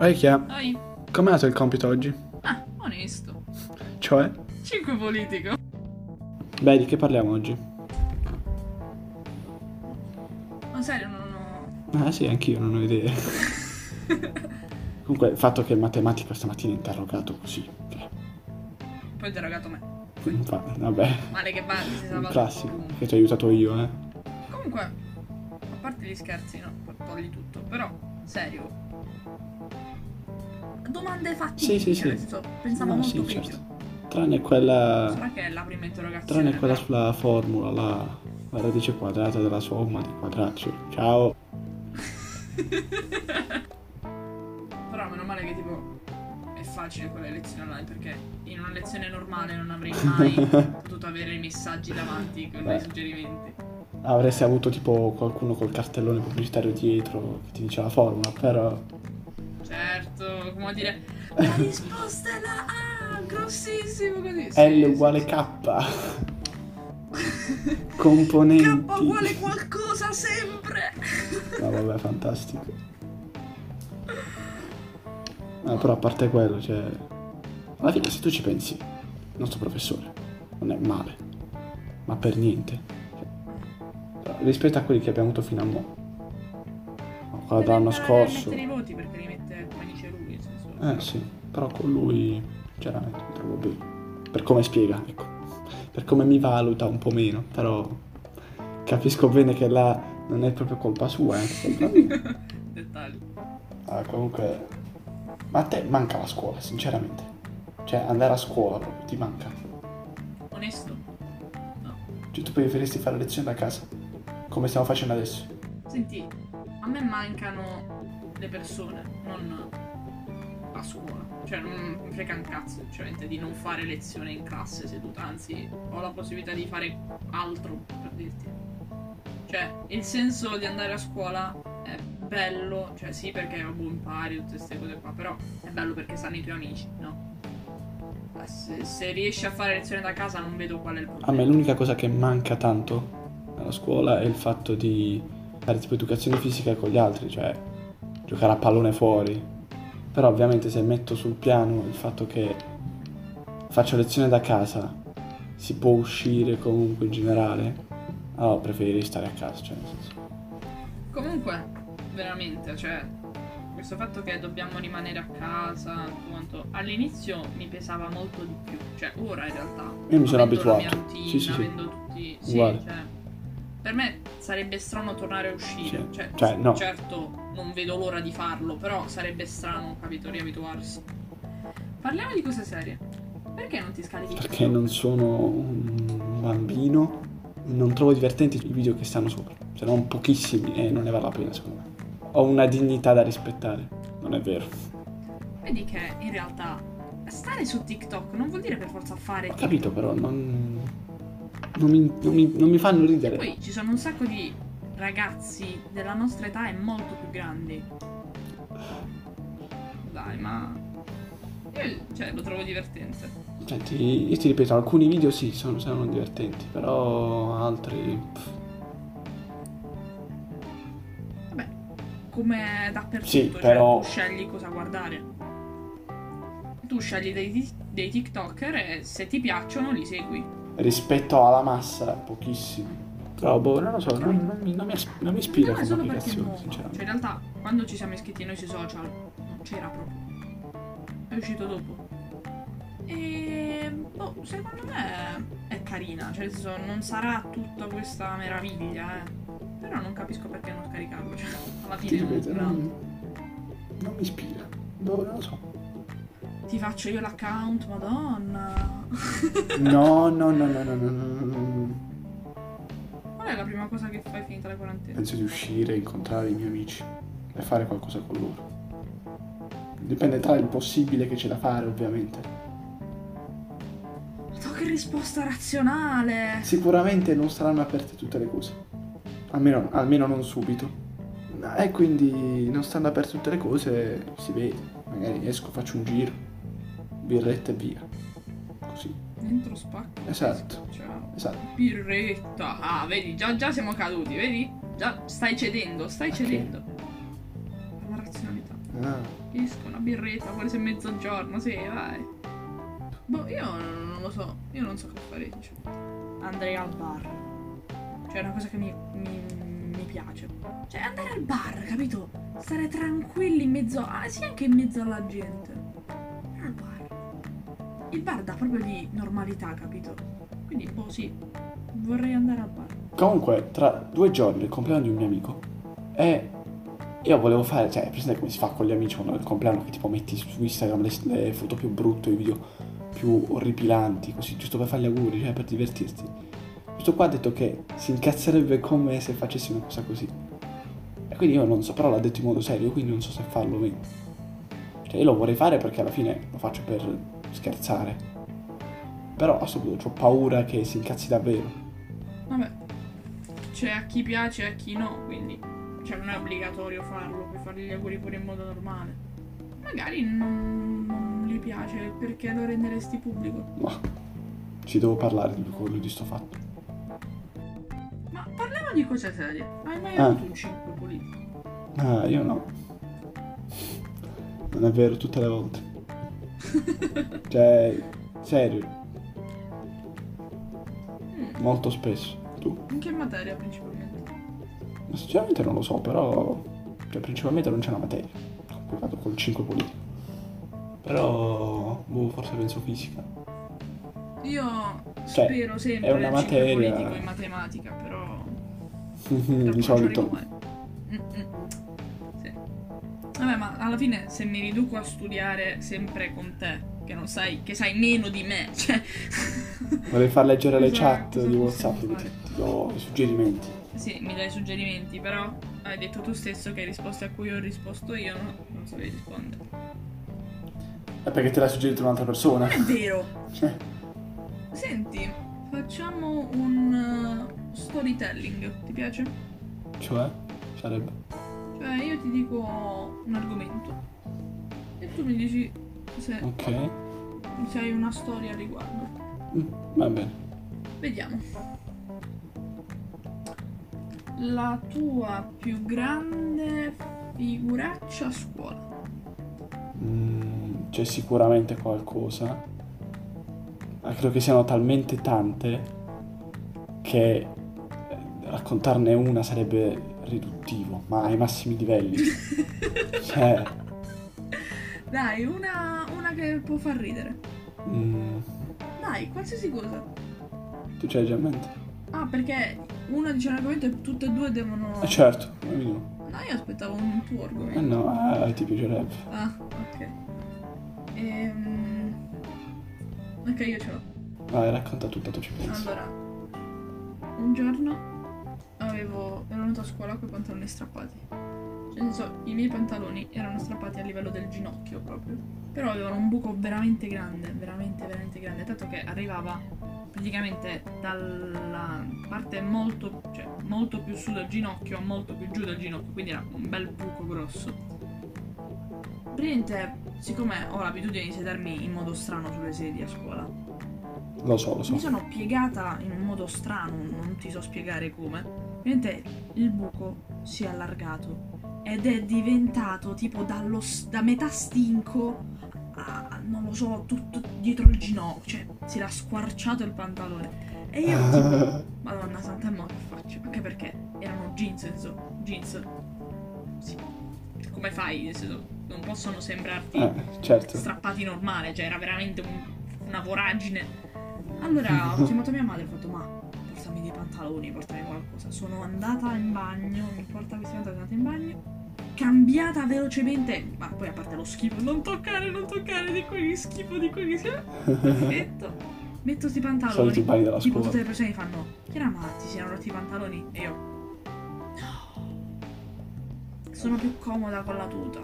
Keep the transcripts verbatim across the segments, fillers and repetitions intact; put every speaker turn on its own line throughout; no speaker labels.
Oi Chia,
Dai.
com'è andato il compito oggi?
Ah, onesto.
Cioè?
cinque politico.
Beh, di che parliamo oggi?
Ma serio, non ho...
Ah sì, anch'io non ho idea. Comunque il fatto che il matematica stamattina è interrogato così, cioè,
Poi ho interrogato me.
fa- vabbè,
Male che va, si
un
salva
classico,
tutto.
che ti ho aiutato io, eh.
Comunque, a parte gli scherzi, no, poi togli tutto. Però, serio. Domande fattibili,
Sì, sì,
cioè,
sì.
nel senso, pensavo
No,
molto
sì,
peggio.
certo. Tranne quella...
Sarà che è la prima interrogazione.
Tranne quella
però...
sulla formula, la, la radice quadrata della somma di quadrati. Ciao.
Però meno male che tipo è facile quella lezione online, perché in una lezione normale non avrei mai potuto avere i messaggi davanti con
Beh.
dei suggerimenti.
Avresti avuto tipo qualcuno col cartellone pubblicitario dietro che ti dice la formula, però...
Certo, come a dire, la risposta è la A, grossissimo così. Sì,
L
sì,
uguale
sì.
K. Componenti.
K uguale qualcosa sempre.
No, vabbè, fantastico. No, però a parte quello, cioè... Alla fine, se tu ci pensi, il nostro professore non è male, ma per niente. Cioè, rispetto a quelli che abbiamo avuto fino a mo'. Quello dell'anno scorso.
Mette i voti perché li mette come dice lui, nel senso.
Eh sì, però con lui, sinceramente, mi trovo bene. Per come spiega, ecco. Per come mi valuta un po' meno, però capisco bene che là non è proprio colpa sua, è anche colpa mia.
Dettagli.
Ah, comunque, ma a te manca la scuola, sinceramente. Cioè, andare a scuola proprio, ti manca.
Onesto? No.
Cioè, tu preferiresti fare lezioni da casa, come stiamo facendo adesso.
Senti, a me mancano le persone, non la scuola. Cioè, non mi frega un cazzo, sinceramente, di non fare lezione in classe seduta, anzi, ho la possibilità di fare altro, per dirti. Cioè, il senso di andare a scuola è bello, cioè sì, perché boh, impari tutte queste cose qua, però è bello perché stanno i tuoi amici, no? Se, se riesci a fare lezione da casa non vedo qual è il problema.
A me l'unica cosa che manca tanto alla scuola è il fatto di fare tipo educazione fisica con gli altri, cioè giocare a pallone fuori. Però ovviamente se metto sul piano il fatto che faccio lezione da casa, si può uscire comunque in generale, allora preferirei stare a casa, cioè nel senso.
Comunque, veramente, cioè, questo fatto che dobbiamo rimanere a casa, tutto quanto, all'inizio mi pesava molto di più. Cioè, ora in realtà,
Io mi sono
avendo la mia
abituato.
routine,
Sì, sì, sì.
avendo tutti... Sì,
Uguale.
cioè, per me sarebbe strano tornare a uscire.
Sì.
Cioè,
Cioè, no.
certo, non vedo l'ora di farlo, però sarebbe strano, capito, riabituarsi. Parliamo di cose serie. Perché non ti scarichi?
Perché non sono un bambino, non trovo divertenti i video che stanno sopra, se non pochissimi e non ne vale la pena secondo me. Ho una dignità da rispettare, non è vero.
Vedi che in realtà stare su TikTok non vuol dire per forza fare
Ho
TikTok.
capito, però non, non, mi, non, mi, non mi fanno ridere.
Poi ci sono un sacco di ragazzi della nostra età e molto più grandi. Dai, ma io, cioè, lo trovo divertente.
Senti, io ti ripeto, alcuni video sì, sono, sono divertenti, però altri... pff.
Vabbè, come dappertutto,
Sì,
cioè,
però-
tu scegli cosa guardare. Tu scegli dei, dei TikToker e se ti piacciono li segui.
Rispetto alla massa, pochissimi. Però, boh, non lo so, non, non mi, non mi as- non mi ispira
No, è
come
solo perché è
applicazione,
nuovo. Cioè,
sinceramente.
in realtà, quando ci siamo iscritti noi sui social, non c'era proprio. È uscito dopo. E boh, secondo me è carina. Cioè, nel senso, non sarà tutta questa meraviglia, eh. Però non capisco perché non scaricarlo. Cioè, alla
Ti
fine
ripeto,
non,
non, non mi ispira. Boh, non lo so.
ti faccio io l'account, madonna.
No, no, no, no, no, no, no, no.
Qual è la prima cosa che fai finita la quarantena?
Penso di uscire, incontrare i miei amici e fare qualcosa con loro. Dipende tra il possibile che c'è da fare, ovviamente.
Ma che risposta razionale!
Sicuramente non saranno aperte tutte le cose. Almeno, almeno non subito. E quindi non stando aperte tutte le cose, si vede. Magari esco, faccio un giro, birretta e via. Così.
Dentro spacco.
Esatto.
Ciao.
Esatto.
Birretta. Ah, vedi, già, già siamo caduti, vedi? Già stai cedendo, stai
Ok.
cedendo. Alla razionalità.
Ah.
Esco, una birretta, fuori se è mezzogiorno, sì, vai. Boh, io non lo so, io non so che fare, cioè. Andrei al bar. Cioè, è una cosa che mi, mi, mi piace. Cioè, andare al bar, capito? Stare tranquilli in mezzo, ah sì, anche in mezzo alla gente. Al bar. Il bar dà proprio di normalità, capito? Quindi, boh, sì, vorrei andare al bar.
Comunque, tra due giorni è il compleanno di un mio amico e io volevo fare, cioè, presente come si fa con gli amici quando è il compleanno, che tipo metti su Instagram le, le foto più brutte, i video più orripilanti, così, giusto per fare gli auguri, cioè per divertirti. Questo qua ha detto che si incazzerebbe come se facessi una cosa così. E quindi io non so, però l'ha detto in modo serio, quindi non so se farlo o meno. Cioè io lo vorrei fare perché alla fine lo faccio per scherzare. Però a questo punto ho paura che si incazzi davvero.
Vabbè, c'è a chi piace e a chi no, quindi cioè non è obbligatorio farlo, puoi fare gli auguri pure in modo normale. Magari non, non gli piace, perché lo renderesti pubblico?
Ma ci devo parlare di quello di sto fatto.
Ma parliamo di cose serie. Hai mai
Ah.
avuto un cinque politico?
Ah, io no. Non è vero, tutte le volte. Cioè, serio,
Mm,
molto spesso. Tu?
in che materia principalmente?
Ma sinceramente non lo so, però cioè, principalmente non c'è una materia. Complicato col cinque politico. Però, boh, forse penso fisica.
Io
Cioè,
spero sempre
è una
nel cinque
materia-
politico in matematica, però
Di
troppo
solito.
non ci arrivo mai. Mm-mm. Sì. Vabbè, ma alla fine se mi riduco a studiare sempre con te, che non sai, che sai meno di me, cioè
Vorrei far leggere le
cosa-
chat
cosa
di
possiamo
WhatsApp,
fare?
ti do i suggerimenti.
Sì, mi dai suggerimenti, però hai detto tu stesso che hai risposte a cui ho risposto io, no? Non sapevi rispondere.
È perché te l'ha suggerito un'altra persona.
È vero!
Cioè,
Senti, facciamo un uh, storytelling, ti piace?
cioè, sarebbe.
Cioè io ti dico un argomento e tu mi dici se,
Ok.
se hai una storia al riguardo.
Mm, va bene.
Vediamo. La tua più grande figuraccia a scuola.
Mm, c'è sicuramente qualcosa. Ma credo che siano talmente tante che eh, raccontarne una sarebbe riduttivo, ma ai massimi livelli. Cioè,
Dai, una, una che può far ridere.
mm,
Dai, qualsiasi cosa.
tu c'hai già in mente?
Ah, perché una dice un argomento e tutte e due devono...
Eh certo, ma io no.
No, io aspettavo un tuo
Eh
argomento.
no, eh, ti piacerebbe.
Ah, ok. Ehm... Ok, io ce l'ho.
Vai, racconta tutto, tu ci pensi.
Allora, un giorno avevo... ero venuta a scuola con i pantaloni strappati. Cioè, nel senso, i miei pantaloni erano strappati a livello del ginocchio proprio. Però avevano un buco veramente grande, veramente, veramente grande. Tanto che arrivava praticamente dalla parte molto, cioè, molto più su del ginocchio a molto più giù del ginocchio. Quindi era un bel buco grosso. Praticamente, siccome ho l'abitudine di sedermi in modo strano sulle sedie a scuola,
Lo so, lo so.
mi sono piegata in un modo strano, non ti so spiegare come. Praticamente il buco si è allargato ed è diventato tipo dallo, s- da metà stinco a, non lo so, tutto dietro il ginocchio, cioè si era squarciato il pantalone. E io tipo, Madonna santa, ma che faccio? Anche perché erano jeans, nel senso, jeans. Sì. Come fai? Nel senso, non possono sembrarti
Eh, certo.
strappati normale, cioè era veramente un- una voragine. Allora ho chiamato mia madre e ho fatto: ma portami dei pantaloni, portami qualcosa. Sono andata in bagno, mi porta questi pantaloni, sono andata in bagno, cambiata velocemente, ma poi a parte lo schifo, non toccare, non toccare, di quegli schifo, di quegli schifo. Perfetto. Metto questi pantaloni.
Soliti bagni della
Tipo
scuola.
tutte le persone mi fanno: chi era Matti? Si erano rotti i pantaloni? E io: no. Sono più comoda con la tuta.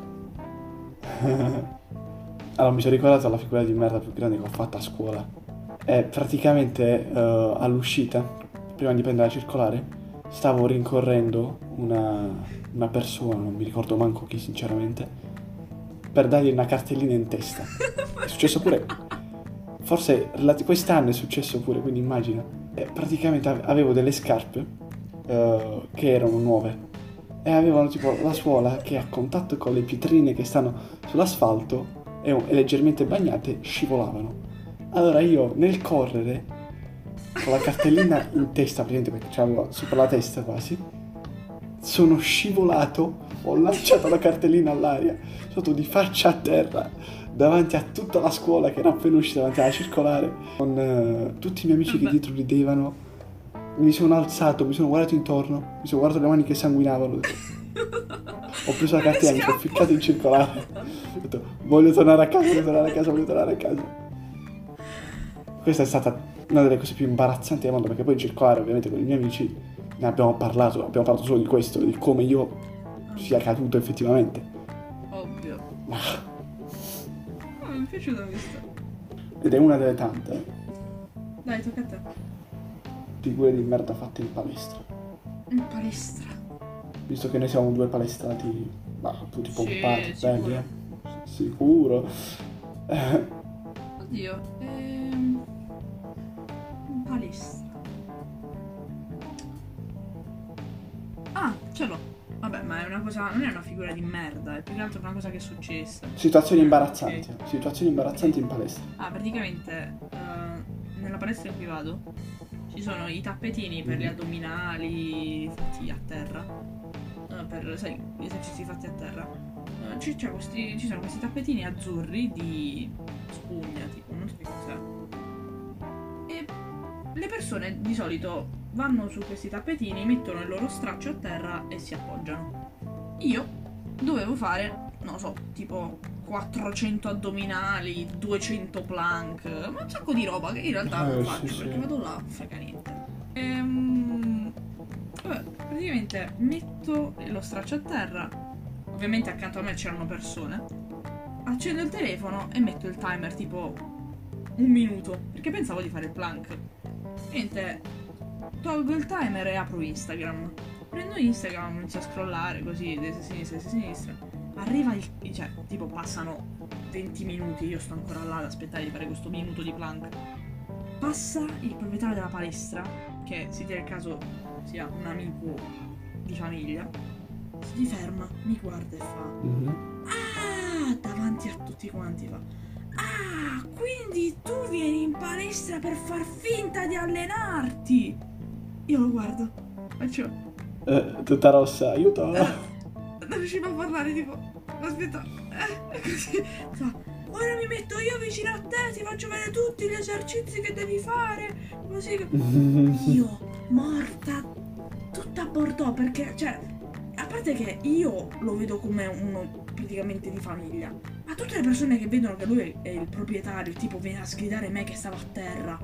Allora, mi sono ricordato la figura di merda più grande che ho fatto a scuola. E praticamente eh, all'uscita, prima di prendere la circolare, stavo rincorrendo una, una persona, non mi ricordo manco chi sinceramente, per dargli una cartellina in testa. È successo pure, forse relati- quest'anno è successo pure, quindi immagina. E praticamente ave- avevo delle scarpe eh, che erano nuove e avevano tipo la suola che a contatto con le pietrine che stanno sull'asfalto e, e leggermente bagnate scivolavano. Allora io nel correre con la cartellina in testa, praticamente perché c'avevo sopra la testa quasi, sono scivolato, ho lanciato la cartellina all'aria, sono stato di faccia a terra davanti a tutta la scuola che era appena uscita davanti alla circolare, con uh, tutti i miei amici che dietro ridevano. Mi sono alzato, mi sono guardato intorno, mi sono guardato le mani che sanguinavano. Ho preso la cartella, mi sono ficcato in circolare. Ho detto, voglio tornare a casa, voglio tornare a casa, voglio tornare a casa. Questa è stata una delle cose più imbarazzanti del mondo, perché poi in circolare, ovviamente, con i miei amici ne abbiamo parlato, abbiamo parlato solo di questo, di come io sia caduto effettivamente.
Ovvio.
Ma...
Oh, mi è piaciuta questa.
Ed è una delle tante
Dai, tocca a te.
figure di merda fatte in palestra.
In palestra.
Visto che noi siamo due palestrati, ma tutti pompati,
Sì,
belli,
sicuro.
eh? Sicuro. Eh,
Oddio. Ehm... In palestra. Ah, ce l'ho. Vabbè, ma è una cosa. Non è una figura di merda, è più che altro una cosa che è successa.
situazioni imbarazzanti.
Ok.
Situazioni imbarazzanti in palestra.
Ah, praticamente eh, nella palestra in cui vado ci sono i tappetini per gli addominali fatti a terra. Eh, per, sai, gli esercizi fatti a terra. Eh, ci, c'è questi, ci sono questi tappetini azzurri di spugna, tipo, non so che cos'è. E le persone di solito vanno su questi tappetini, mettono il loro straccio a terra e si appoggiano. Io dovevo fare, non lo so, tipo quattrocento addominali, duecento plank, ma un sacco di roba che in realtà non
Eh,
faccio
sì, sì.
perché vado là, frega niente. Ehm, vabbè, praticamente metto lo straccio a terra, ovviamente accanto a me c'erano persone, accendo il telefono e metto il timer tipo un minuto, perché pensavo di fare il plank. Niente, tolgo il timer e apro Instagram. Prendo Instagram, inizio a scrollare così, destra, sinistra, destra, sinistra. Arriva il... cioè, tipo passano venti minuti, io sto ancora là ad aspettare di fare questo minuto di plank. Passa il proprietario della palestra, che si dia il caso sia un amico di famiglia, si ferma, mi guarda e fa
Mhm.
ah, davanti a tutti quanti fa ah, quindi tu vieni in palestra per far finta di allenarti. Io lo guardo, faccio
Eh, tutta rossa, aiuto.
non riuscivo a parlare, tipo aspetta, eh, così fa ora mi metto io vicino a te, ti faccio vedere tutti gli esercizi che devi fare, così che... Io morta tutta a Bordeaux, perché cioè a parte che io lo vedo come uno praticamente di famiglia, ma tutte le persone che vedono che lui è il proprietario, tipo viene a sgridare me che stavo a terra,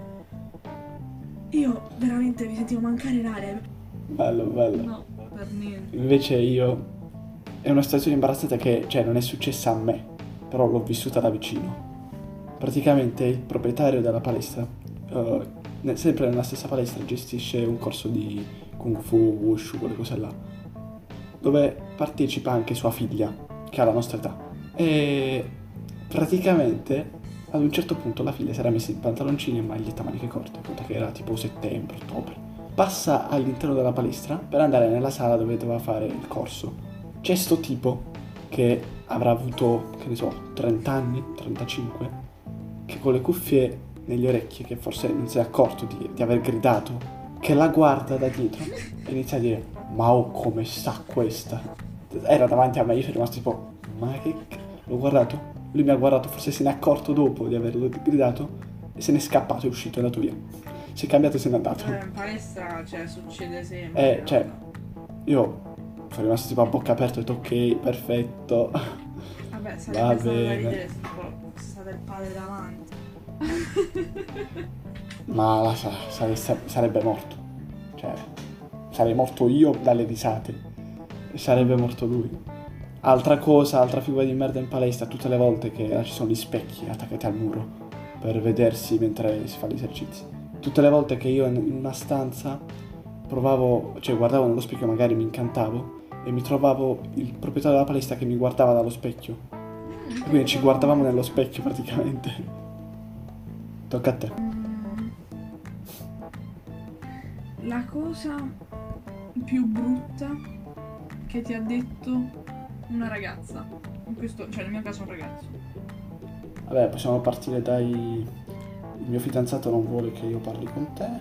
io veramente mi sentivo mancare l'aria.
Bello, bello.
No, per niente.
Invece io... È una situazione imbarazzante che, cioè, non è successa a me, però l'ho vissuta da vicino. Praticamente il proprietario della palestra, eh, ne- sempre nella stessa palestra, gestisce un corso di Kung Fu, Wushu, quelle cose là, dove partecipa anche sua figlia, che ha la nostra età. E praticamente ad un certo punto la figlia si era messa in pantaloncini e maglietta a maniche corte, conta che era tipo settembre, ottobre. Passa all'interno della palestra per andare nella sala dove doveva fare il corso. C'è sto tipo che avrà avuto, che ne so, trenta anni, trentacinque, che con le cuffie negli orecchi, che forse non si è accorto di, di aver gridato, che la guarda da dietro e inizia a dire ma oh come sta questa. Era davanti a me, io sono rimasto tipo ma che... c-?" L'ho guardato, lui mi ha guardato, forse se n'è accorto dopo di averlo gridato e se n'è scappato, è uscito, è andato via. Si è cambiato e se n'è andato.
Eh, in palestra, cioè, succede sempre.
Eh, cioè, io sono rimasto tipo a bocca aperta e ho detto ok, perfetto.
Vabbè,
Va
sarebbe stato da
bene.
ridere se tipo fosse stato il padre davanti.
Ma la sa- sare- sarebbe morto. Cioè, sarei morto io dalle risate e sarebbe morto lui. Altra cosa, altra figura di merda in palestra, tutte le volte che là ci sono gli specchi attaccati al muro per vedersi mentre si fa gli esercizi. Tutte le volte che io in in una stanza provavo, cioè guardavo nello specchio, magari mi incantavo e mi trovavo il proprietario della palestra che mi guardava dallo specchio. E quindi ci guardavamo nello specchio praticamente. Tocca a te.
Mm. La cosa più brutta che ti ha detto una ragazza. In questo, cioè nel mio caso un ragazzo.
Vabbè, possiamo partire dai... Il mio fidanzato non vuole che io parli con te.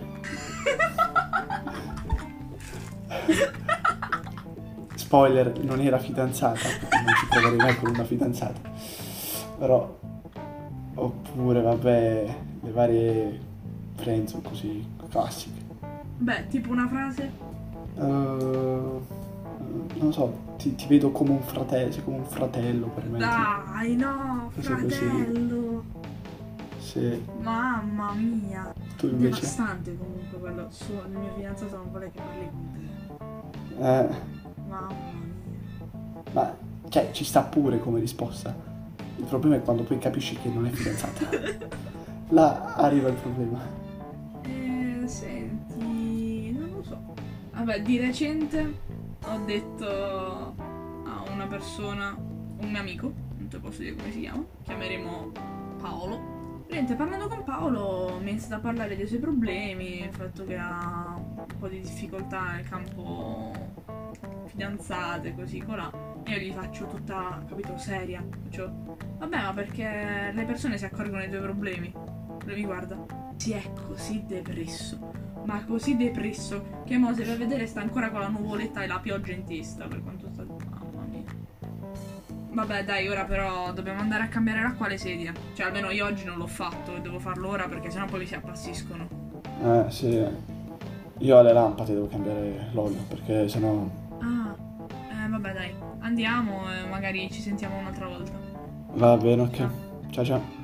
Spoiler, non era fidanzata, perché non ci proverei mai con una fidanzata. Però... Oppure, vabbè, le varie friendzone così, classiche.
Beh, tipo una frase?
Uh, non so, ti, ti vedo come un fratello, sei come un fratello per me.
Dai, no,
Cose così.
fratello.
Sì.
Mamma mia.
Tu invece?
Devastante comunque quello. Su, il mio fidanzato non vuole che parli con te.
Eh,
Mamma mia.
ma, cioè, ci sta pure come risposta. Il problema è quando poi capisci che non è fidanzata. Là arriva il problema.
Eh, senti, non lo so. Vabbè, di recente ho detto a una persona, un mio amico, non te posso dire come si chiama, chiameremo Paolo. Niente, parlando con Paolo mi è iniziato a parlare dei suoi problemi, il fatto che ha un po' di difficoltà nel campo fidanzate, così colà. E io gli faccio tutta, capito, seria. Faccio, vabbè, ma perché le persone si accorgono dei tuoi problemi. Lui mi guarda, si è così depresso, ma così depresso, che mo se vai a vedere sta ancora con la nuvoletta e la pioggia in testa, per quanto sta... Mamma mia. Vabbè, dai, ora però dobbiamo andare a cambiare l'acqua alle sedie. Cioè, almeno io oggi non l'ho fatto e devo farlo ora perché sennò poi mi si appassiscono.
Eh, sì. Io alle lampade devo cambiare l'olio, perché sennò...
Ah, eh, vabbè, dai. Andiamo e magari ci sentiamo un'altra volta.
Va bene, ok. Ciao ciao.